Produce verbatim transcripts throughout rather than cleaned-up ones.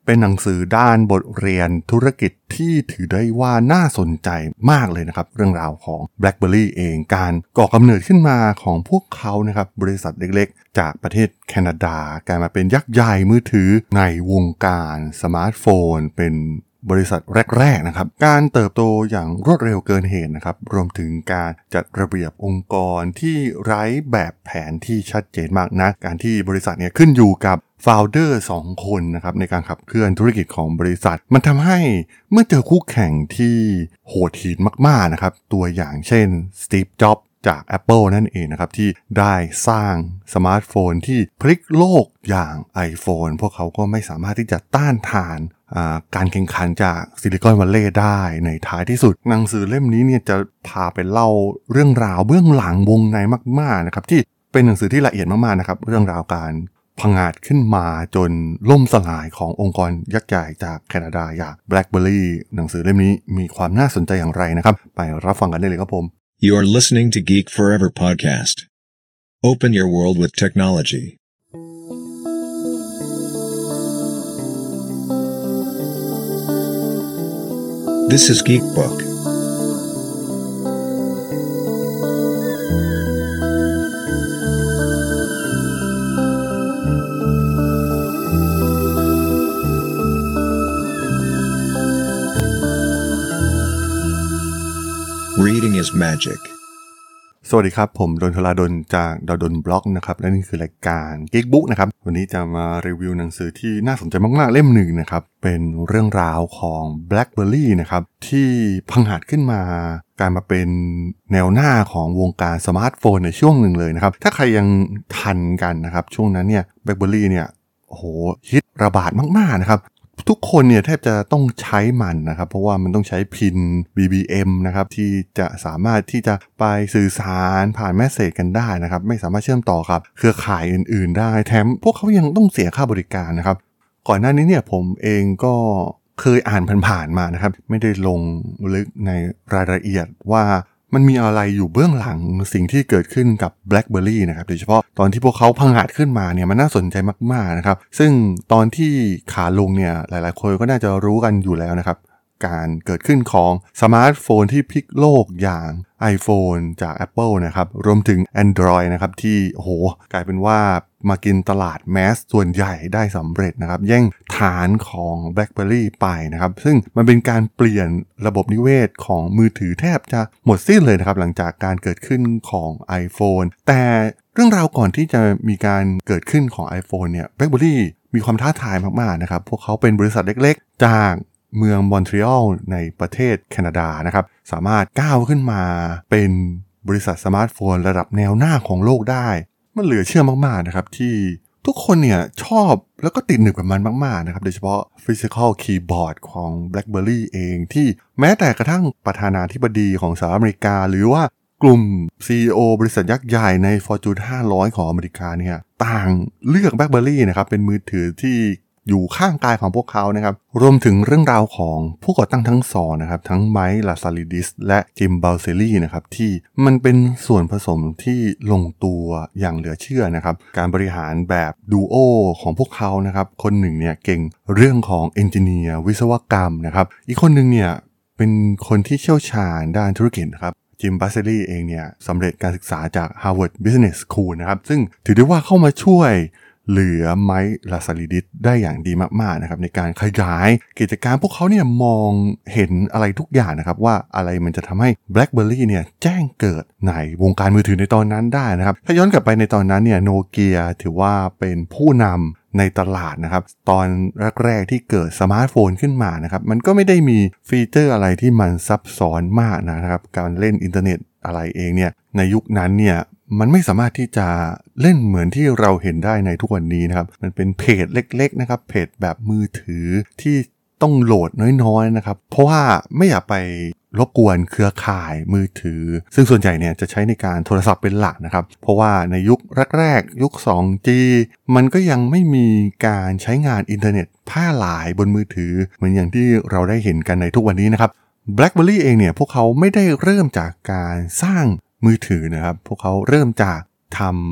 เป็นหนังสือด้านบทเรียนธุรกิจที่ถือได้ว่าน่าสนใจมากเลยนะครับเรื่องราวของ BlackBerry เองการก่อกำเนิดขึ้นมาของพวกเขานะครับบริษัทเล็กๆจากประเทศแคนาดากลายมาเป็นยักษ์ใหญ่มือถือในวงการสมาร์ทโฟนเป็นบริษัทแรกๆนะครับการเติบโตอย่างรวดเร็วเกินเหตุนะครับรวมถึงการจัดระเบียบองค์กรที่ไร้แบบแผนที่ชัดเจนมากนะการที่บริษัทเนี่ยขึ้นอยู่กับโฟลเดอร์สองคนนะครับในการขับเคลื่อนธุรกิจของบริษัทมันทำให้เมื่อเจอคู่แข่งที่โหดหินมากๆนะครับตัวอย่างเช่นสตีฟ จ็อบส์จาก Apple นั่นเองนะครับที่ได้สร้างสมาร์ทโฟนที่พลิกโลกอย่าง iPhone พวกเขาก็ไม่สามารถที่จะต้านทานการแข่งขันจากซิลิคอนวัลเลย์ได้ในท้ายที่สุดหนังสือเล่มนี้เนี่ยจะพาไปเล่าเรื่องราวเบื้องหลังวงในมากๆนะครับที่เป็นหนังสือที่ละเอียดมากๆนะครับเรื่องราวการพังอาจขึ้นมาจนล่มสลายขององค์กรยักษ์ใหญ่จากแคนาดาอย่าง BlackBerry หนังสือเล่มนี้มีความน่าสนใจอย่างไรนะครับไปรับฟังกันได้เลยครับผม You are listening to Geek Forever podcast. Open your world with technology. This is Geek Book. Reading is magic. สวัสดีครับผมดนทราดลจากดดลบล็อกนะครับและนี่คือรายการ Geek Book นะครับวันนี้จะมารีวิวหนังสือที่น่าสนใจมากๆเล่มหนึ่งนะครับเป็นเรื่องราวของ BlackBerry นะครับที่พังอาจขึ้นมากลายมาเป็นแนวหน้าของวงการสมาร์ทโฟนในช่วงหนึ่งเลยนะครับถ้าใครยังทันกันนะครับช่วงนั้นเนี่ย BlackBerry เนี่ยโอ้โหฮิตระบาดมากๆนะครับทุกคนเนี่ยแทบจะต้องใช้มันนะครับเพราะว่ามันต้องใช้พิน บี บี เอ็ม นะครับที่จะสามารถที่จะไปสื่อสารผ่านแมสเสจกันได้นะครับไม่สามารถเชื่อมต่อครับเครือข่ายอื่นๆได้แถมพวกเขายังต้องเสียค่าบริการนะครับก่อนหน้านี้เนี่ยผมเองก็เคยอ่านผ่านๆมานะครับไม่ได้ลงลึกในรายละเอียดว่ามันมีอะไรอยู่เบื้องหลังสิ่งที่เกิดขึ้นกับ BlackBerry นะครับโดยเฉพาะตอนที่พวกเขาพังอาจขึ้นมาเนี่ยมันน่าสนใจมากๆนะครับซึ่งตอนที่ขาลงเนี่ยหลายๆคนก็น่าจะรู้กันอยู่แล้วนะครับการเกิดขึ้นของสมาร์ทโฟนที่พลิกโลกอย่าง iPhone จาก Apple นะครับรวมถึง Android นะครับที่โอ้โหกลายเป็นว่ามากินตลาดแมสส่วนใหญ่ได้สำเร็จนะครับแย่งฐานของ BlackBerry ไปนะครับซึ่งมันเป็นการเปลี่ยนระบบนิเวศของมือถือแทบจะหมดสิ้นเลยนะครับหลังจากการเกิดขึ้นของ iPhone แต่เรื่องราวก่อนที่จะมีการเกิดขึ้นของ iPhone เนี่ย BlackBerry มีความท้าทายมากๆนะครับพวกเขาเป็นบริษัทเล็กๆจากเมืองมอนทรีออลในประเทศแคนาดานะครับสามารถก้าวขึ้นมาเป็นบริษัทสมาร์ทโฟนระดับแนวหน้าของโลกได้มันเหลือเชื่อมากๆนะครับที่ทุกคนเนี่ยชอบแล้วก็ติดหนึบกับมันมากๆนะครับโดยเฉพาะ Physical Keyboard ของ BlackBerry เองที่แม้แต่กระทั่งประธานาธิบดีของสหรัฐอเมริกาหรือว่ากลุ่ม ซี อี โอ บริษัทยักษ์ใหญ่ใน Fortune ห้าร้อยของอเมริกาเนี่ยต่างเลือก BlackBerry นะครับเป็นมือถือที่อยู่ข้างกายของพวกเขานะครับรวมถึงเรื่องราวของผู้ก่อตั้งทั้งสองนะครับทั้งไมค์ ลาซาลิดิสและจิม บัลเซลลี่นะครับที่มันเป็นส่วนผสมที่ลงตัวอย่างเหลือเชื่อนะครับการบริหารแบบดูโอของพวกเขานะครับคนหนึ่งเนี่ยเก่งเรื่องของเอนจิเนียร์วิศวกรรมนะครับอีกคนหนึ่งเนี่ยเป็นคนที่เชี่ยวชาญด้านธุรกิจนะครับจิม บัลเซลลี่เองเนี่ยสำเร็จการศึกษาจาก Harvard Business School นะครับซึ่งถือได้ว่าเข้ามาช่วยเหลือไมค์ ลาซาลิดิสได้อย่างดีมากๆนะครับในการขยายกิจการพวกเขาเนี่ยมองเห็นอะไรทุกอย่างนะครับว่าอะไรมันจะทำให้ BlackBerry เนี่ยแจ้งเกิดในวงการมือถือในตอนนั้นได้นะครับถ้าย้อนกลับไปในตอนนั้นเนี่ยโนเกียถือว่าเป็นผู้นำในตลาดนะครับตอนแรกๆที่เกิดสมาร์ทโฟนขึ้นมานะครับมันก็ไม่ได้มีฟีเจอร์อะไรที่มันซับซ้อนมากนะครับการเล่นอินเทอร์เน็ตอะไรเองเนี่ยในยุคนั้นเนี่ยมันไม่สามารถที่จะเล่นเหมือนที่เราเห็นได้ในทุกวันนี้นะครับมันเป็นเพจเล็กๆนะครับเพจแบบมือถือที่ต้องโหลดน้อยๆนะครับเพราะว่าไม่อยากไปรบกวนเครือข่ายมือถือซึ่งส่วนใหญ่เนี่ยจะใช้ในการโทรศัพท์เป็นหลักนะครับเพราะว่าในยุคแรกๆยุค ทู จี มันก็ยังไม่มีการใช้งานอินเทอร์เน็ตแพร่หลายบนมือถือเหมือนอย่างที่เราได้เห็นกันในทุกวันนี้นะครับ BlackBerry เองเนี่ยพวกเขาไม่ได้เริ่มจากการสร้างมือถือนะครับพวกเขาเริ่มจากท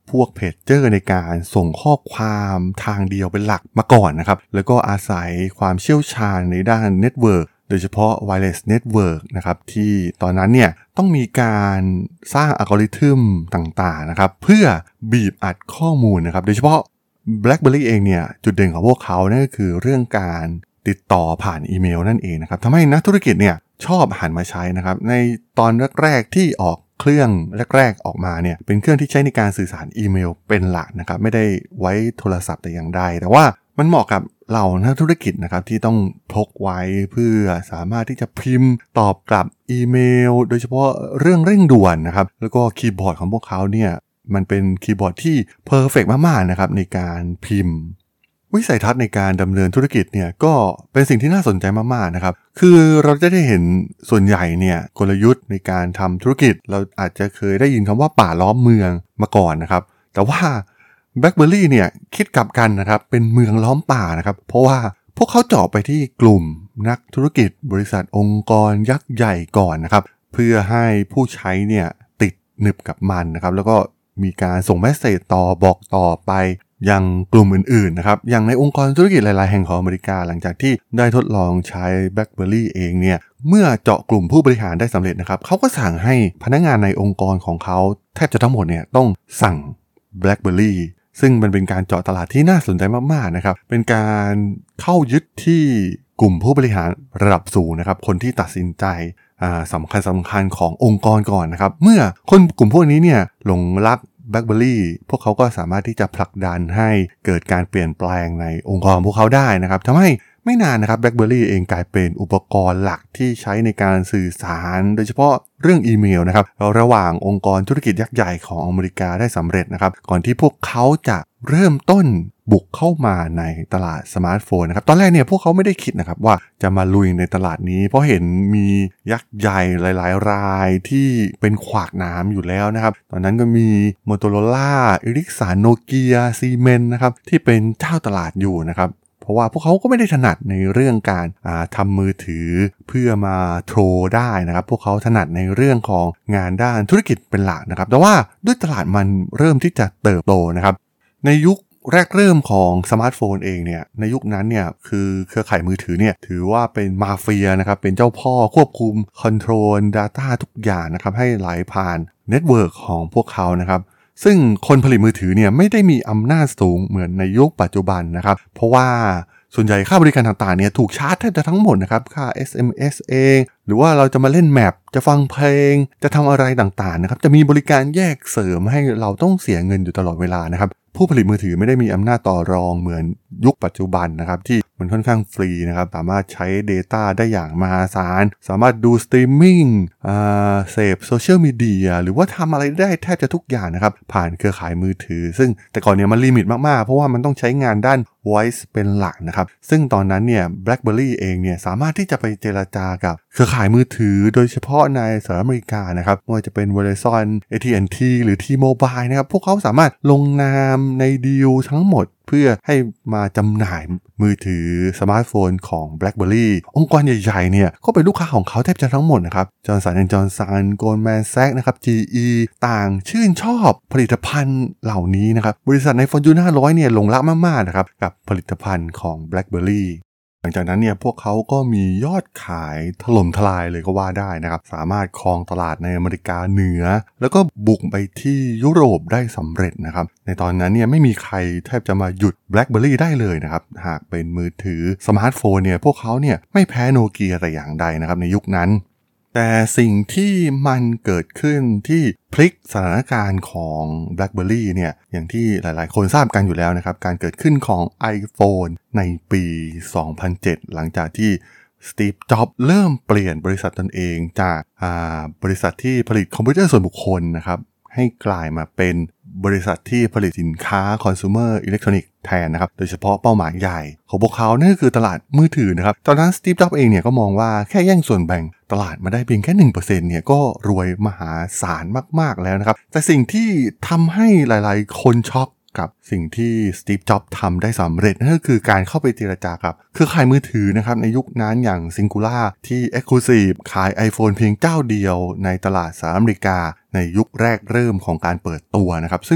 พวกเพจเจอร์ในการส่งข้อความทางเดียวเป็นหลักมาก่อนนะครับแล้วก็อาศัยความเชี่ยวชาญในด้านเน็ตเวิร์กโดยเฉพาะ Wireless Network นะครับที่ตอนนั้นเนี่ยต้องมีการสร้างอัลกอริทึมต่างๆนะครับเพื่อบีบอัดข้อมูลนะครับโดยเฉพาะ BlackBerry เองเนี่ยจุดเด่นของพวกเขานั่นก็คือเรื่องการติดต่อผ่านอีเมลนั่นเองนะครับทำให้นักธุรกิจเนี่ยชอบหันมาใช้นะครับในตอนแรกๆที่ออกเครื่องแรกๆออกมาเนี่ยเป็นเครื่องที่ใช้ในการสื่อสารอีเมลเป็นหลักนะครับไม่ได้ไว้โทรศัพท์แต่อย่างใดแต่ว่ามันเหมาะกับเหล่านักธุรกิจนะครับที่ต้องพกไว้เพื่อสามารถที่จะพิมพ์ตอบกลับอีเมลโดยเฉพาะเรื่องเร่งด่วนนะครับแล้วก็คีย์บอร์ดของพวกเขาเนี่ยมันเป็นคีย์บอร์ดที่เพอร์เฟกต์มากๆนะครับในการพิมพ์วิสัยทัศน์ในการดำเนินธุรกิจเนี่ยก็เป็นสิ่งที่น่าสนใจมากๆนะครับคือเราจะได้เห็นส่วนใหญ่เนี่ยกลยุทธ์ในการทำธุรกิจเราอาจจะเคยได้ยินคำว่าป่าล้อมเมืองมาก่อนนะครับแต่ว่า BlackBerry เนี่ยคิดกลับกันนะครับเป็นเมืองล้อมป่านะครับเพราะว่าพวกเขาเจาะไปที่กลุ่มนักธุรกิจบริษัทองค์กรยักษ์ใหญ่ก่อนนะครับเพื่อให้ผู้ใช้เนี่ยติดหนึบกับมันนะครับแล้วก็มีการส่งเมสเสจต่อบอกต่อไปยังกลุ่มอื่นๆนะครับอย่างในองค์กรธุรกิจหลายๆแห่งของอเมริกาหลังจากที่ได้ทดลองใช้ BlackBerry เองเนี่ยเมื่อเจาะกลุ่มผู้บริหารได้สำเร็จนะครับเขาก็สั่งให้พนักงานในองค์กรของเขาแทบจะทั้งหมดเนี่ยต้องสั่ง BlackBerry ซึ่งมันเป็นการเจาะตลาดที่น่าสนใจมากๆนะครับเป็นการเข้ายึดที่กลุ่มผู้บริหารระดับสูงนะครับคนที่ตัดสินใจสำคัญสำคัญขององค์กรก่อนนะครับเมื่อคนกลุ่มพวกนี้เนี่ยหลงรักBlackBerry พวกเขาก็สามารถที่จะผลักดันให้เกิดการเปลี่ยนแปลงในองค์กรของพวกเขาได้นะครับทำให้ไม่นานนะครับ BlackBerry เองกลายเป็นอุปกรณ์หลักที่ใช้ในการสื่อสารโดยเฉพาะเรื่องอีเมลนะครับระหว่างองค์กรธุรกิจยักษ์ใหญ่ของอเมริกาได้สำเร็จนะครับก่อนที่พวกเขาจะเริ่มต้นบุกเข้ามาในตลาดสมาร์ทโฟนนะครับตอนแรกเนี่ยพวกเขาไม่ได้คิดนะครับว่าจะมาลุยในตลาดนี้เพราะเห็นมียักษ์ใหญ่หลายๆรายที่เป็นขวากหนามอยู่แล้วนะครับตอนนั้นก็มี Motorola Ericsson Nokia Siemens นะครับที่เป็นเจ้าตลาดอยู่นะครับเพราะว่าพวกเขาก็ไม่ได้ถนัดในเรื่องการทำมือถือเพื่อมาโทรได้นะครับพวกเขาถนัดในเรื่องของงานด้านธุรกิจเป็นหลักนะครับแต่ว่าด้วยตลาดมันเริ่มที่จะเติบโตนะครับในยุคแรกเริ่มของสมาร์ทโฟนเองเนี่ยในยุคนั้นเนี่ยคือเครือข่ายมือถือเนี่ยถือว่าเป็นมาเฟียนะครับเป็นเจ้าพ่อควบคุมคอนโทรล Data ทุกอย่างนะครับให้ไหลผ่านเน็ตเวิร์กของพวกเขานะครับซึ่งคนผลิตมือถือเนี่ยไม่ได้มีอำนาจสูงเหมือนในยุคปัจจุบันนะครับเพราะว่าส่วนใหญ่ค่าบริการต่างๆเนี่ยถูกชาร์จแทบจะทั้งหมดนะครับค่า เอส เอ็ม เอส เองหรือว่าเราจะมาเล่นแมปจะฟังเพลงจะทำอะไรต่างๆนะครับจะมีบริการแยกเสริมให้เราต้องเสียเงินอยู่ตลอดเวลานะครับผู้ผลิตมือถือไม่ได้มีอำนาจต่อรองเหมือนยุคปัจจุบันนะครับที่มันค่อนข้างฟรีนะครับสามารถใช้ Data ได้อย่างมหาศาลสามารถดูสตรีมมิ่งอ่าเสพโซเชียลมีเดียหรือว่าทำอะไรได้แทบจะทุกอย่างนะครับผ่านเครือข่ายมือถือซึ่งแต่ก่อนเนี่ยมันลิมิตมากๆเพราะว่ามันต้องใช้งานด้าน Voice เป็นหลักนะครับซึ่งตอนนั้นเนี่ย BlackBerry เองเนี่ยสามารถที่จะไปเจรจากับเครือข่ายมือถือโดยเฉพาะในสหรัฐอเมริกานะครับไม่ว่าจะเป็น Verizon เอ ที แอนด์ ที หรือ T-Mobile นะครับพวกเขาสามารถลงนามในดีลทั้งหมดเพื่อให้มาจำหน่ายมือถือสมาร์ทโฟนของ BlackBerry องค์กรใหญ่ๆเนี่ยก็เป็นลูกค้าของเขาแทบจะทั้งหมดนะครับ Johnson แอนด์ Johnson Goldman Sachs นะครับ จี อี ต่างชื่นชอบผลิตภัณฑ์เหล่านี้นะครับบริษัทใน Fortune ห้าร้อยเนี่ยหลงรักมากๆนะครับกับผลิตภัณฑ์ของ BlackBerryหลังจากนั้นเนี่ยพวกเขาก็มียอดขายถล่มทลายเลยก็ว่าได้นะครับสามารถครองตลาดในอเมริกาเหนือแล้วก็บุกไปที่ยุโรปได้สำเร็จนะครับในตอนนั้นเนี่ยไม่มีใครแทบจะมาหยุด BlackBerry ได้เลยนะครับหากเป็นมือถือสมาร์ทโฟนเนี่ยพวกเขาเนี่ยไม่แพ้โนเกียแต่อย่างใดนะครับในยุคนั้นแต่สิ่งที่มันเกิดขึ้นที่พลิกสถานการณ์ของ BlackBerry เนี่ยอย่างที่หลายๆคนทราบกันอยู่แล้วนะครับการเกิดขึ้นของ iPhone ในปี สองพันเจ็ด หลังจากที่สตีฟ จ็อบส์เริ่มเปลี่ยนบริษัทตนเองจากอ่าบริษัทที่ผลิตคอมพิวเตอร์ส่วนบุคคลนะครับให้กลายมาเป็นบริษัทที่ผลิตสินค้า consumer electronics แทนนะครับโดยเฉพาะเป้าหมายใหญ่ของพวกเขานั่นก็คือตลาดมือถือนะครับตอนนั้นสตีฟ จ็อบส์เองเนี่ยก็มองว่าแค่แย่งส่วนแบ่งตลาดมาได้เพียงแค่ หนึ่งเปอร์เซ็นต์ เนี่ยก็รวยมหาศาลมากๆแล้วนะครับแต่สิ่งที่ทำให้หลายๆคนช็อกกับสิ่งที่สตีฟ จ็อบส์ทำได้สำเร็จนั่นก็คือการเข้าไปเจรจากับเครือข่ายมือถือนะครับในยุคนั้นอย่าง Singular ที่ Exclusive ขาย iPhone เพียงเจ้าเดียวในตลาดสหรัฐอเมริกาในยุคแรกเริ่มของการเปิดตัวนะครับซึ่ง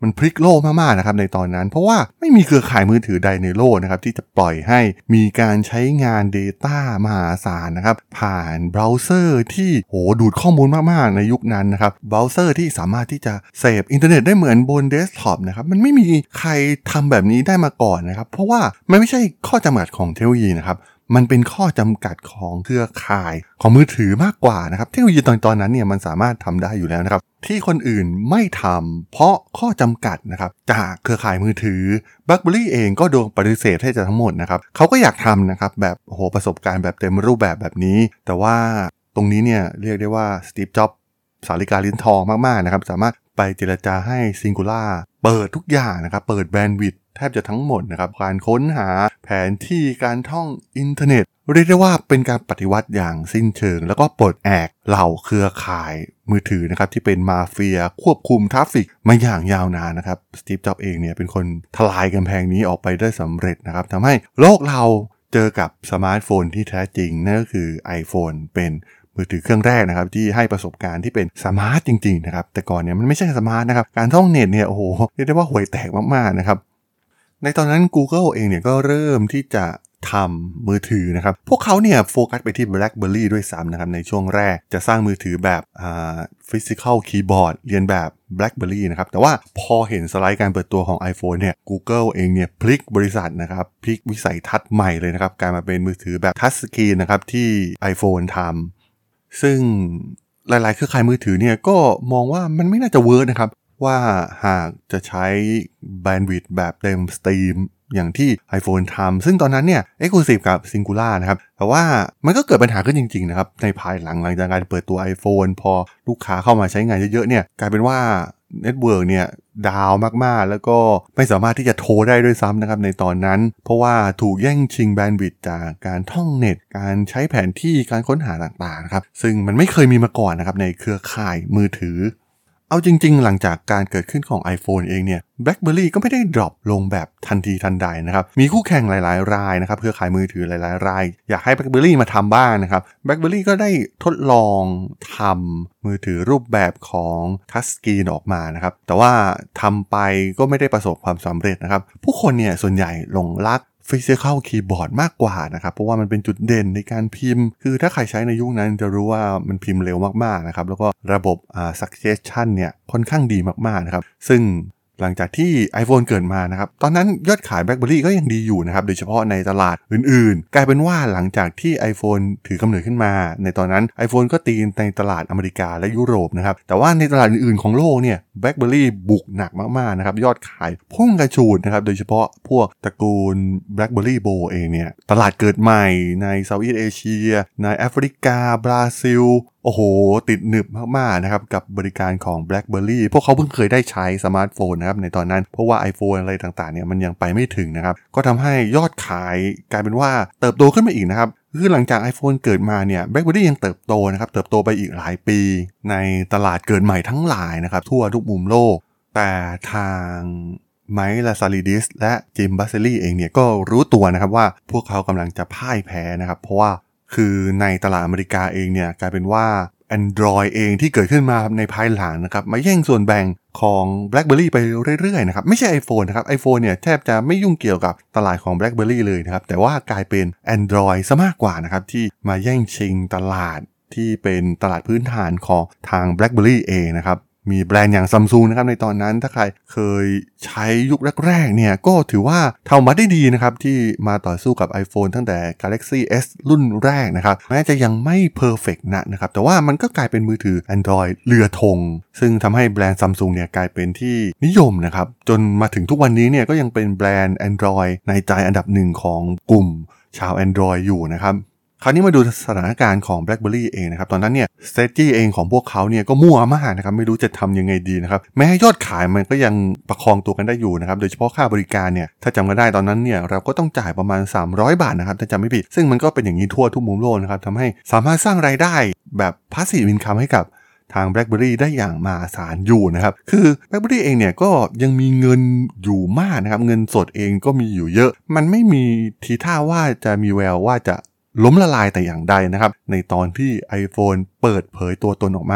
มันพลิกโลกมากๆนะครับในตอนนั้นเพราะว่าไม่มีเครือข่ายมือถือใดในโลกนะครับที่จะปล่อยให้มีการใช้งาน data มหาศาลนะครับผ่านเบราว์เซอร์ที่โหดูดข้อมูลมากๆในยุคนั้นนะครับเบราว์เซอร์ที่สามารถที่จะเสพอินเทอร์เน็ตได้เหมือนบนเดสก์ท็อปนะครับมันไม่มีใครทำแบบนี้ได้มาก่อนนะครับเพราะว่ามันไม่ใช่ข้อจำกัดของเทคโนโลยีนะครับมันเป็นข้อจำกัดของเครือข่ายของมือถือมากกว่านะครับเทคโนโลยีตอนตอนนั้นเนี่ยมันสามารถทำได้อยู่แล้วนะครับที่คนอื่นไม่ทำเพราะข้อจำกัดนะครับจากเครือข่ายมือถือ BlackBerry เองก็โดนปฏิเสธให้จะทั้งหมดนะครับเขาก็อยากทำนะครับแบบโอ้โหประสบการณ์แบบเต็มรูปแบบแบบนี้แต่ว่าตรงนี้เนี่ยเรียกได้ว่าสตีฟ จ็อบส์สาริกาลิ้นทองมากๆนะครับสามารถไปเจรจาให้ Singular เปิดทุกอย่างนะครับเปิดแบนด์วิดท์แทบจะทั้งหมดนะครับการค้นหาแผนที่การท่องอินเทอร์เน็ตเรียกได้ว่าเป็นการปฏิวัติอย่างสิ้นเชิงแล้วก็ปลดแอกเหล่าเครือข่ายมือถือนะครับที่เป็นมาเฟียควบคุมทราฟฟิกมาอย่างยาวนานนะครับสตีฟ จ็อบส์เองเนี่ยเป็นคนทลายกำแพงนี้ออกไปได้สำเร็จนะครับทำให้โลกเราเจอกับสมาร์ทโฟนที่แท้จริงนั่นก็คือ iPhone เป็นมือถือเครื่องแรกนะครับที่ให้ประสบการณ์ที่เป็นสมาร์ทจริงๆนะครับแต่ก่อนเนี่ยมันไม่ใช่สมาร์ทนะครับการท่องเน็ตเนี่ยโอ้โหเรียกได้ว่าห่วยแตกมากๆนะครับในตอนนั้น Google เองเนี่ยก็เริ่มที่จะทำมือถือนะครับพวกเขาเนี่ยโฟกัสไปที่ BlackBerry ด้วยซ้ำนะครับในช่วงแรกจะสร้างมือถือแบบอ่า Physical Keyboard เรียนแบบ BlackBerry นะครับแต่ว่าพอเห็นสไลด์การเปิดตัวของ iPhone เนี่ย Google เองเนี่ยพลิกบริษัทนะครับพลิกวิสัยทัศน์ใหม่เลยนะครับกลายมาเป็นมือถือแบบทัชสกรีนนะครับที่ iPhone ทำซึ่งหลายๆเครือข่ายมือถือเนี่ยก็มองว่ามันไม่น่าจะเวิร์กนะครับว่าหากจะใช้แบนด์วิดต์แบบเต็มสตรีมอย่างที่ iPhone ทำซึ่งตอนนั้นเนี่ย Exclusive กับ Singular นะครับแต่ว่ามันก็เกิดปัญหาขึ้นจริงๆนะครับในภายหลังหลังจากการเปิดตัว iPhone พอลูกค้าเข้ามาใช้งานเยอะๆเนี่ยกลายเป็นว่าเน็ตเวิร์กเนี่ยดาวมากๆแล้วก็ไม่สามารถที่จะโทรได้ด้วยซ้ำนะครับในตอนนั้นเพราะว่าถูกแย่งชิงแบนด์วิดต์จากการท่องเน็ตการใช้แผนที่การค้นหาต่างๆนะครับซึ่งมันไม่เคยมีมาก่อนนะครับในเครือข่ายมือถือเอาจริงๆหลังจากการเกิดขึ้นของ iPhone เองเนี่ย BlackBerry ก็ไม่ได้ดรอปลงแบบทันทีทันใดนะครับมีคู่แข่งหลายๆรายนะครับเครือข่ายมือถือหลายๆรายอยากให้ BlackBerry มาทำบ้างนะครับ BlackBerry ก็ได้ทดลองทำมือถือรูปแบบของทัชสกรีนออกมานะครับแต่ว่าทำไปก็ไม่ได้ประสบความสำเร็จนะครับผู้คนเนี่ยส่วนใหญ่หลงรักPhysical Keyboard มากกว่านะครับเพราะว่ามันเป็นจุดเด่นในการพิมพ์คือถ้าใครใช้ในยุคนั้นจะรู้ว่ามันพิมพ์เร็วมากๆนะครับแล้วก็ระบบอ่า Suggestion เนี่ยค่อนข้างดีมากๆนะครับซึ่งหลังจากที่ iPhone เกิดมานะครับตอนนั้นยอดขาย BlackBerry ก็ยังดีอยู่นะครับโดยเฉพาะในตลาดอื่นๆกลายเป็นว่าหลังจากที่ iPhone ถือกำเนิดขึ้นมาในตอนนั้น iPhone ก็ตีในตลาดอเมริกาและยุโรปนะครับแต่ว่าในตลาดอื่นๆของโลกเนี่ย BlackBerry บุกหนักมากๆนะครับยอดขายพุ่งกระฉูดนะครับโดยเฉพาะพวกตระกูล BlackBerry Bold เองเนี่ยตลาดเกิดใหม่ใน Southeast Asia ในแอฟริกาบราซิลโอ้โหติดหนึบมากๆนะครับกับบริการของ BlackBerry พวกเขาเพิ่งเคยได้ใช้สมาร์ทโฟนนะครับในตอนนั้นเพราะว่า iPhone อะไรต่างๆเนี่ยมันยังไปไม่ถึงนะครับก็ทำให้ยอดขายกลายเป็นว่าเติบโตขึ้นมาอีกนะครับคือหลังจาก iPhone เกิดมาเนี่ย BlackBerry ยังเติบโตนะครับเติบโตไปอีกหลายปีในตลาดเกิดใหม่ทั้งหลายนะครับทั่วทุกมุมโลกแต่ทางไมค์ลาซาลิดิสและจิมบัสเซลีเองเนี่ยก็รู้ตัวนะครับว่าพวกเขากำลังจะพ่ายแพ้นะครับเพราะว่าคือในตลาดอเมริกาเองเนี่ยกลายเป็นว่า Android เองที่เกิดขึ้นมาในภายหลังนะครับมาแย่งส่วนแบ่งของ BlackBerry ไปเรื่อยๆนะครับไม่ใช่ iPhone นะครับ iPhone เนี่ยแทบจะไม่ยุ่งเกี่ยวกับตลาดของ BlackBerry เลยนะครับแต่ว่ากลายเป็น Android ซะมากกว่านะครับที่มาแย่งชิงตลาดที่เป็นตลาดพื้นฐานของทาง BlackBerry เองนะครับมีแบรนด์อย่าง Samsung นะครับในตอนนั้นถ้าใครเคยใช้ยุคแรกๆเนี่ยก็ถือว่าทำมาได้ดีนะครับที่มาต่อสู้กับ iPhone ตั้งแต่ Galaxy เอส รุ่นแรกนะครับแม้จะยังไม่เพอร์เฟกต์นะนะครับแต่ว่ามันก็กลายเป็นมือถือ Android เรือธงซึ่งทำให้แบรนด์ Samsung เนี่ยกลายเป็นที่นิยมนะครับจนมาถึงทุกวันนี้เนี่ยก็ยังเป็นแบรนด์ Android ในใจอันดับหนึ่งของกลุ่มชาว Android อยู่นะครับคราวนี้มาดูสถานการณ์ของ BlackBerry เองนะครับตอนนั้นเนี่ย strategy เองของพวกเขาเนี่ยก็มั่วมากนะครับไม่รู้จะทำยังไงดีนะครับแม้ยอดขายมันก็ยังประคองตัวกันได้อยู่นะครับโดยเฉพาะค่าบริการเนี่ยถ้าจำกันได้ตอนนั้นเนี่ยเราก็ต้องจ่ายประมาณสามร้อยบาทนะครับถ้าจำไม่ผิดซึ่งมันก็เป็นอย่างนี้ทั่วทุกมุมโลกนะครับทำให้สามารถสร้างรายได้แบบ passive income ให้กับทาง BlackBerry ได้อย่างมหาศาลอยู่นะครับคือ BlackBerry เองเนี่ยก็ยังมีเงินอยู่มากนะครับเงินสดเองก็มีอยู่เยอะมันไม่มีทีท่าว่าจะมีแววว่าจะล้มละลายแต่อย่างใดนะครับในตอนที่ iPhone เปิดเผยตัวตนออกมา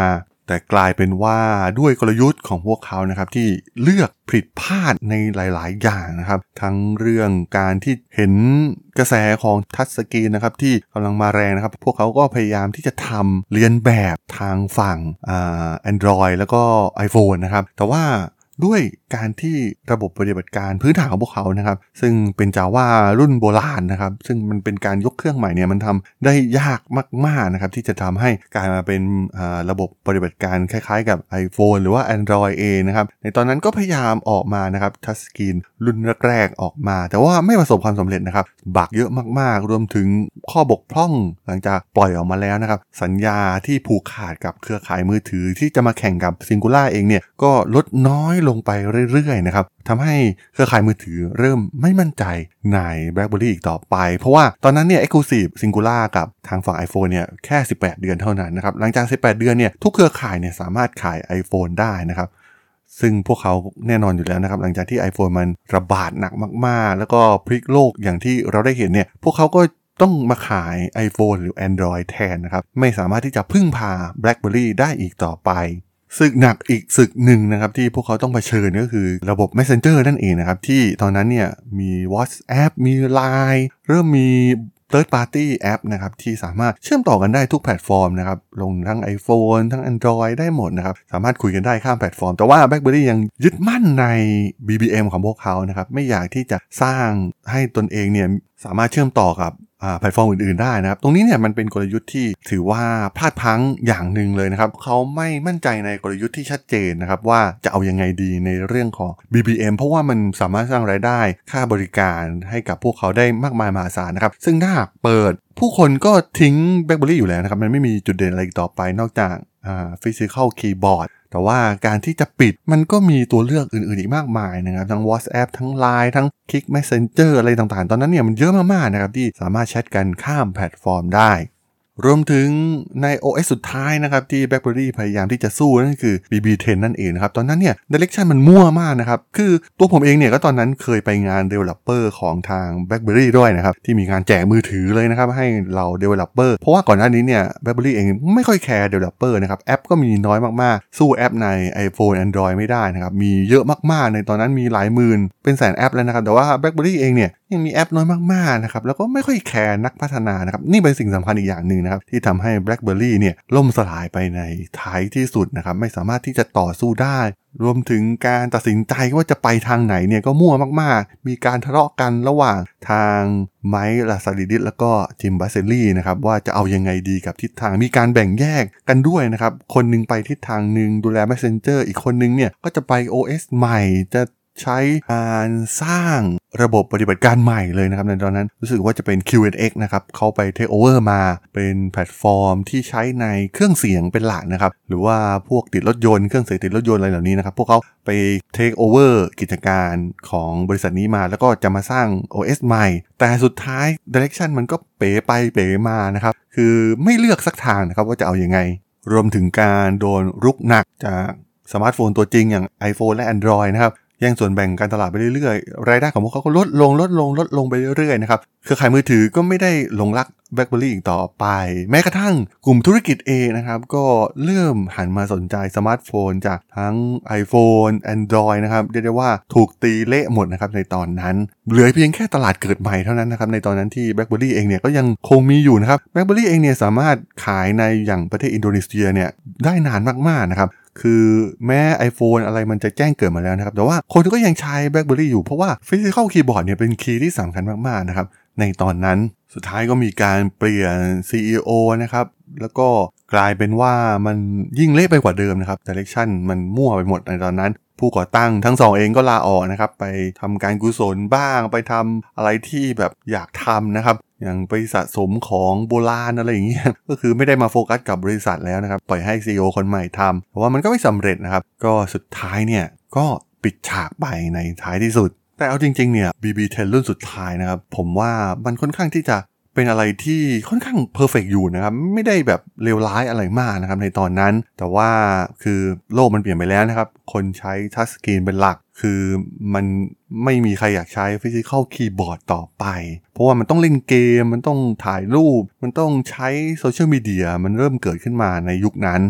แต่กลายเป็นว่าด้วยกลยุทธ์ของพวกเขานะครับที่เลือกผิดพลาดในหลายๆอย่างนะครับทั้งเรื่องการที่เห็นกระแสของทัชสกรีนนะครับที่กำลังมาแรงนะครับพวกเขาก็พยายามที่จะทำเลียนแบบทางฝั่งอ่า Android แล้วก็ iPhone นะครับแต่ว่าด้วยการที่ระบบปฏิบัติการพื้นฐานของพวกเขานะครับซึ่งเป็น Java รุ่นโบราณนะครับซึ่งมันเป็นการยกเครื่องใหม่เนี่ยมันทำได้ยากมากๆนะครับที่จะทำให้กลายมาเป็นระบบปฏิบัติการคล้ายๆกับ iPhone หรือว่า Android เองนะครับในตอนนั้นก็พยายามออกมานะครับทัชสกรีนรุ่นแรกๆออกมาแต่ว่าไม่ประสบความสำเร็จนะครับบั๊กเยอะมากๆรวมถึงข้อบกพร่องหลังจากปล่อยออกมาแล้วนะครับสัญญาที่ผูกขาดกับเครือข่ายมือถือที่จะมาแข่งกับ Singular เองเนี่ยก็ลดน้อยลงไปเรื่อยๆนะครับทำให้เครือข่ายมือถือเริ่มไม่มั่นใจใน BlackBerry อีกต่อไปเพราะว่าตอนนั้นเนี่ย Exclusive Singular กับทางฝั่ง iPhone เนี่ยแค่สิบแปดเดือนเท่านั้นนะครับหลังจากสิบแปดเดือนเนี่ยทุกเครือข่ายเนี่ยสามารถขาย iPhone ได้นะครับซึ่งพวกเขาแน่นอนอยู่แล้วนะครับหลังจากที่ iPhone มันระบาดหนักมากๆแล้วก็พลิกโลกอย่างที่เราได้เห็นเนี่ยพวกเขาก็ต้องมาขาย iPhone หรือ Android แทนนะครับไม่สามารถที่จะพึ่งพา BlackBerry ได้อีกต่อไปศึกหนักอีกศึกหนึ่งนะครับที่พวกเขาต้องเผชิญก็คือระบบ Messenger นั่นเองนะครับที่ตอนนั้นเนี่ยมี WhatsApp มี ไลน์ เริ่มมี Third Party App นะครับที่สามารถเชื่อมต่อกันได้ทุกแพลตฟอร์มนะครับลงทั้ง iPhone ทั้ง Android ได้หมดนะครับสามารถคุยกันได้ข้ามแพลตฟอร์มแต่ว่า BlackBerry ยังยึดมั่นใน บี บี เอ็ม ของพวกเขานะครับไม่อยากที่จะสร้างให้ตนเองเนี่ยสามารถเชื่อมต่อกับแพลตฟอร์มอื่นๆได้นะครับตรงนี้เนี่ยมันเป็นกลยุทธ์ที่ถือว่าพลาดพลั้งอย่างหนึ่งเลยนะครับเขาไม่มั่นใจในกลยุทธ์ที่ชัดเจนนะครับว่าจะเอายังไงดีในเรื่องของ บี บี เอ็ม เพราะว่ามันสามารถสร้างรายได้ค่าบริการให้กับพวกเขาได้มากมายมหาศาลนะครับซึ่งถ้าหากเปิดผู้คนก็ทิ้ง BlackBerry อยู่แล้วนะครับมันไม่มีจุดเด่นอะไรต่อไปนอกจากอ่า Physical Keyboard แต่ว่าการที่จะปิดมันก็มีตัวเลือกอื่นๆอีกมากมายนะครับทั้ง WhatsApp ทั้ง ไลน์ ทั้ง Kik Messenger อะไรต่างๆตอนนั้นเนี่ยมันเยอะมากๆนะครับที่สามารถแชทกันข้ามแพลตฟอร์มได้รวมถึงใน โอ เอส สุดท้ายนะครับที่ BlackBerry พยายามที่จะสู้นั่นคือ บี บี เท็น นั่นเองนะครับตอนนั้นเนี่ย Direction มันมั่วมากนะครับคือตัวผมเองเนี่ยก็ตอนนั้นเคยไปงาน Developer ของทาง BlackBerry ด้วยนะครับที่มีการแจกมือถือเลยนะครับให้เรา Developer เพราะว่าก่อนหน้านี้เนี่ย BlackBerry เองไม่ค่อยแคร์ Developer นะครับแอปก็มีน้อยมากๆสู้แอปใน iPhone Android ไม่ได้นะครับมีเยอะมากๆในตอนนั้นมีหลายหมื่นเป็นแสนแอปแล้วนะครับแต่ว่า BlackBerry เองเนี่ยยังมีแอปน้อยมากๆนะครับแล้วก็ไม่ค่อยแคร์นักพัฒนานะครับนี่เป็นสิ่งสำคัญอีกอย่างนึงนะครับที่ทำให้ BlackBerry เนี่ยล่มสลายไปในท้ายที่สุดนะครับไม่สามารถที่จะต่อสู้ได้รวมถึงการตัดสินใจว่าจะไปทางไหนเนี่ยก็มั่วมากๆมีการทะเลาะกันระหว่างทางไมค์ลาซาริดิสแล้วก็จิมบัสเซลลี่นะครับว่าจะเอายังไงดีกับทิศทางมีการแบ่งแยกกันด้วยนะครับคนนึงไปทิศทางนึงดูแล Messenger อีกคนนึงเนี่ยก็จะไป โอ เอส ใหม่จะใช้การสร้างระบบปฏิบัติการใหม่เลยนะครับในตอนนั้นรู้สึกว่าจะเป็น คิว เอ็น เอ็กซ์ นะครับเขาไป Take Over มาเป็นแพลตฟอร์มที่ใช้ในเครื่องเสียงเป็นหลักนะครับหรือว่าพวกติดรถยนต์เครื่องเสียงติดรถยนต์อะไรเหล่านี้นะครับพวกเขาไป Take Over กิจการของบริษัทนี้มาแล้วก็จะมาสร้าง โอ เอส ใหม่แต่สุดท้าย Direction มันก็เป๋ไปเป๋มานะครับคือไม่เลือกสักทางนะครับว่าจะเอายังไงรวมถึงการโดนรุกหนักจากสมาร์ทโฟนตัวจริงอย่าง iPhone และ Android นะครับแย่งส่วนแบ่งการตลาดไปเรื่อยๆรายได้ของพวกเขาก็ลดลงลดลงลดลงไปเรื่อยๆนะครับเครือข่ายมือถือก็ไม่ได้หลงรัก BlackBerry อีกต่อไปแม้กระทั่งกลุ่มธุรกิจเองนะครับก็เริ่มหันมาสนใจสมาร์ทโฟนจากทั้ง iPhone Android นะครับเรียกได้ว่าถูกตีเละหมดนะครับในตอนนั้นเหลือเพียงแค่ตลาดเกิดใหม่เท่านั้นนะครับในตอนนั้นที่ BlackBerry เองเนี่ยก็ยังคงมีอยู่นะครับ BlackBerry เองเนี่ยสามารถขายในอย่างประเทศอินโดนีเซียเนี่ยได้นานมากๆนะครับคือแม้ iPhone อะไรมันจะแจ้งเกิดมาแล้วนะครับแต่ว่าคนก็ยังใช้ BlackBerry อยู่เพราะว่า Physical Keyboard เนี่ยเป็นคีย์ที่สำคัญมากๆนะครับในตอนนั้นสุดท้ายก็มีการเปลี่ยน ซี อี โอ นะครับแล้วก็กลายเป็นว่ามันยิ่งเละไปกว่าเดิมนะครับ Direction มันมั่วไปหมดในตอนนั้นผู้ก่อตั้งทั้งสองเองก็ลาออกนะครับไปทำการกุศลบ้างไปทำอะไรที่แบบอยากทำนะครับอย่างไปสะสมของโบราณอะไรอย่างเงี้ยก็คือไม่ได้มาโฟกัสกับบริษัทแล้วนะครับปล่อยให้ ซี อี โอ คนใหม่ทำแต่ว่ามันก็ไม่สำเร็จนะครับก็สุดท้ายเนี่ยก็ปิดฉากไปในท้ายที่สุดแต่เอาจริงๆเนี่ย บี บี เท็น รุ่นสุดท้ายนะครับผมว่ามันค่อนข้างที่จะเป็นอะไรที่ค่อนข้างเพอร์เฟกต์อยู่นะครับไม่ได้แบบเลวร้ายอะไรมากนะครับในตอนนั้นแต่ว่าคือโลกมันเปลี่ยนไปแล้วนะครับคนใช้ทัชสกรีนเป็นหลักคือมันไม่มีใครอยากใช้ Physical Keyboard ต่อไปเพราะว่ามันต้องเล่นเกมมันต้องถ่ายรูปมันต้องใช้โซเชียลมีเดียมันเริ่มเกิดขึ้นมาในยุคนั้น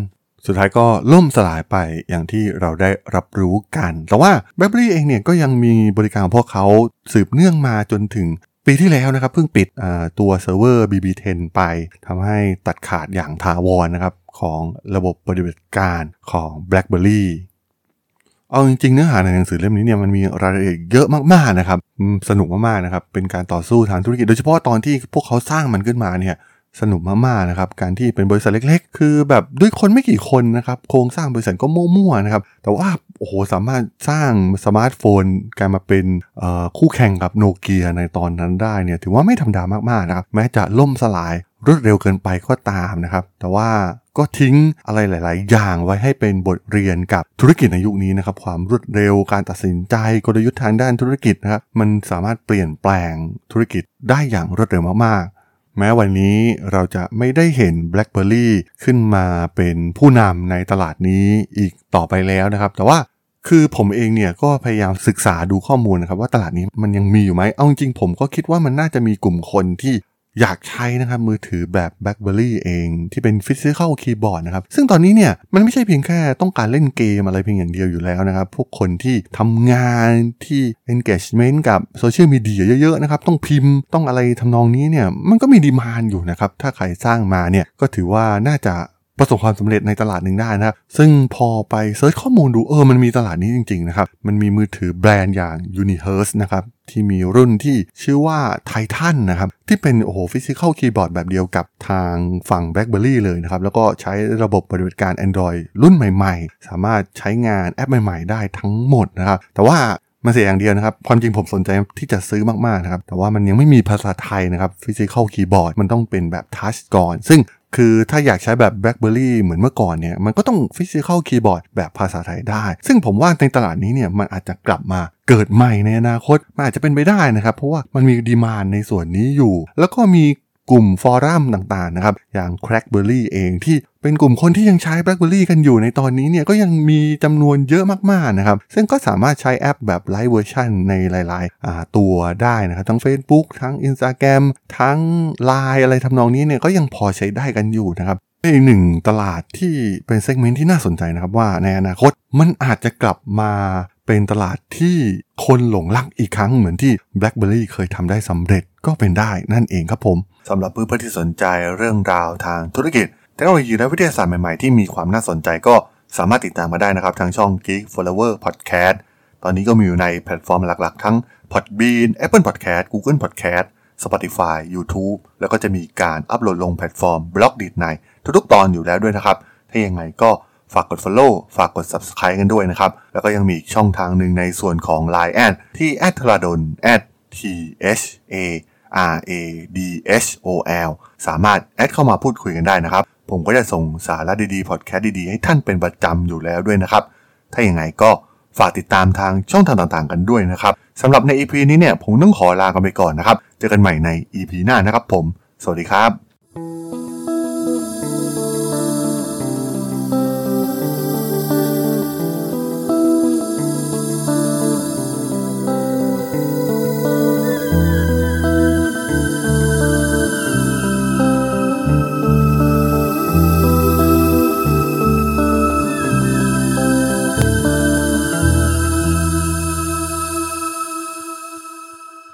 สุดท้ายก็ล่มสลายไปอย่างที่เราได้รับรู้กันแต่ว่า BlackBerry เองเนี่ยก็ยังมีบริการของพวกเขาสืบเนื่องมาจนถึงปีที่แล้วนะครับเพิ่งปิดตัวเซิร์ฟเวอร์ บี บี เท็น ไปทำให้ตัดขาดอย่างถาวรนะครับของระบบปฏิบัติการของ BlackBerry เอาจริงๆเนื้อหาในหนังสือเล่มนี้เนี่ยมันมีรายละเอียดเยอะมากๆนะครับสนุกมากๆนะครับเป็นการต่อสู้ทางธุรกิจโดยเฉพาะตอนที่พวกเขาสร้างมันขึ้นมาเนี่ยสนุกมากๆนะครับการที่เป็นบริษัทเล็กๆคือแบบด้วยคนไม่กี่คนนะครับโครงสร้างบริษัทก็มั่วๆนะครับแต่ว่าโอ้โหสามารถสร้างสมาร์ทโฟนกลายมาเป็นคู่แข่งกับโนเกียในตอนนั้นได้เนี่ยถือว่าไม่ธรรมดามากๆนะครับแม้จะล่มสลายรวดเร็วเกินไปก็ตามนะครับแต่ว่าก็ทิ้งอะไรหลายๆอย่างไว้ให้เป็นบทเรียนกับธุรกิจในยุคนี้นะครับความรวดเร็วการตัดสินใจกลยุทธ์ทางด้านธุรกิจนะครับมันสามารถเปลี่ยนแปลงธุรกิจได้อย่างรวดเร็วมากๆแม้วันนี้เราจะไม่ได้เห็น BlackBerry ขึ้นมาเป็นผู้นำในตลาดนี้อีกต่อไปแล้วนะครับแต่ว่าคือผมเองเนี่ยก็พยายามศึกษาดูข้อมูลนะครับว่าตลาดนี้มันยังมีอยู่ไหมเอาจริงๆผมก็คิดว่ามันน่าจะมีกลุ่มคนที่อยากใช้นะครับมือถือแบบ BlackBerry เองที่เป็น Physical Keyboard นะครับซึ่งตอนนี้เนี่ยมันไม่ใช่เพียงแค่ต้องการเล่นเกมอะไรเพียงอย่างเดียวอยู่แล้วนะครับพวกคนที่ทำงานที่ engagement กับโซเชียลมีเดียเยอะๆนะครับต้องพิมพ์ต้องอะไรทำนองนี้เนี่ยมันก็มีดีมานด์อยู่นะครับถ้าใครสร้างมาเนี่ยก็ถือว่าน่าจะประสบความสำเร็จในตลาดหนึ่งได้นะครับซึ่งพอไปเซิร์ชข้อมูลดูเออมันมีตลาดนี้จริงๆนะครับมันมีมือถือแบรนด์อย่าง Unihertz นะครับที่มีรุ่นที่ชื่อว่า Titan นะครับที่เป็นโอ้โห Physical Keyboard แบบเดียวกับทางฝั่ง BlackBerry เลยนะครับแล้วก็ใช้ระบบปฏิบัติการ Android รุ่นใหม่ๆสามารถใช้งานแอปใหม่ๆได้ทั้งหมดนะครับแต่ว่ามันเสียอย่างเดียวนะครับความจริงผมสนใจที่จะซื้อมากๆนะครับแต่ว่ามันยังไม่มีภาษาไทยนะครับ Physical Keyboard มันต้องเป็นแบบ Touch ก่อนซึ่งคือถ้าอยากใช้แบบ BlackBerry เหมือนเมื่อก่อนเนี่ยมันก็ต้อง Physical Keyboard แบบภาษาไทยได้ซึ่งผมว่าในตลาดนี้เนี่ยมันอาจจะกลับมาเกิดใหม่ในอนาคตมันอาจจะเป็นไปได้นะครับเพราะว่ามันมีดีมานด์ในส่วนนี้อยู่แล้วก็มีกลุ่มฟอรัมต่างๆนะครับอย่าง Crackberry เองที่เป็นกลุ่มคนที่ยังใช้ BlackBerry กันอยู่ในตอนนี้เนี่ยก็ยังมีจำนวนเยอะมากๆนะครับซึ่งก็สามารถใช้แอปแบบ Light Version ในหลายๆตัวได้นะครับทั้ง Facebook ทั้ง Instagram ทั้ง ไลน์ อะไรทำนองนี้เนี่ยก็ยังพอใช้ได้กันอยู่นะครับอีกหนึ่งตลาดที่เป็นเซกเมนต์ที่น่าสนใจนะครับว่าในอนาคตมันอาจจะกลับมาเป็นตลาดที่คนหลงรักอีกครั้งเหมือนที่ BlackBerry เคยทำได้สำเร็จก็เป็นได้นั่นเองครับผมสำหรับเพื่อนๆที่สนใจเรื่องราวทางธุรกิจเทคโนโลยีและวิทยาศาสตร์ใหม่ๆที่มีความน่าสนใจก็สามารถติดตามมาได้นะครับทางช่อง Geek Flower Podcast ตอนนี้ก็มีอยู่ในแพลตฟอร์มหลักๆทั้ง Podbean Apple Podcast Google Podcast Spotify YouTube แล้วก็จะมีการอัปโหลดลงแพลตฟอร์ม Blogdit ในทุกๆตอนอยู่แล้วด้วยนะครับถ้ายังไงก็ฝากกด follow ฝากกด subscribe กันด้วยนะครับแล้วก็ยังมีช่องทางหนึ่งในส่วนของ ไลน์ แอด ที่ แอท ทราดล แอท ที เอช เอ อาร์ เอ ดี เอช โอ แอล สามารถแอดเข้ามาพูดคุยกันได้นะครับผมก็จะส่งสาระดีๆพอดแคสต์ดีๆให้ท่านเป็นประจำอยู่แล้วด้วยนะครับถ้าอย่างไรก็ฝากติดตามทางช่องทางต่างๆกันด้วยนะครับสำหรับใน อี พี นี้เนี่ยผมต้องขอลากันไปก่อนนะครับเจอกันใหม่ใน อี พี หน้านะครับผมสวัสดีครับ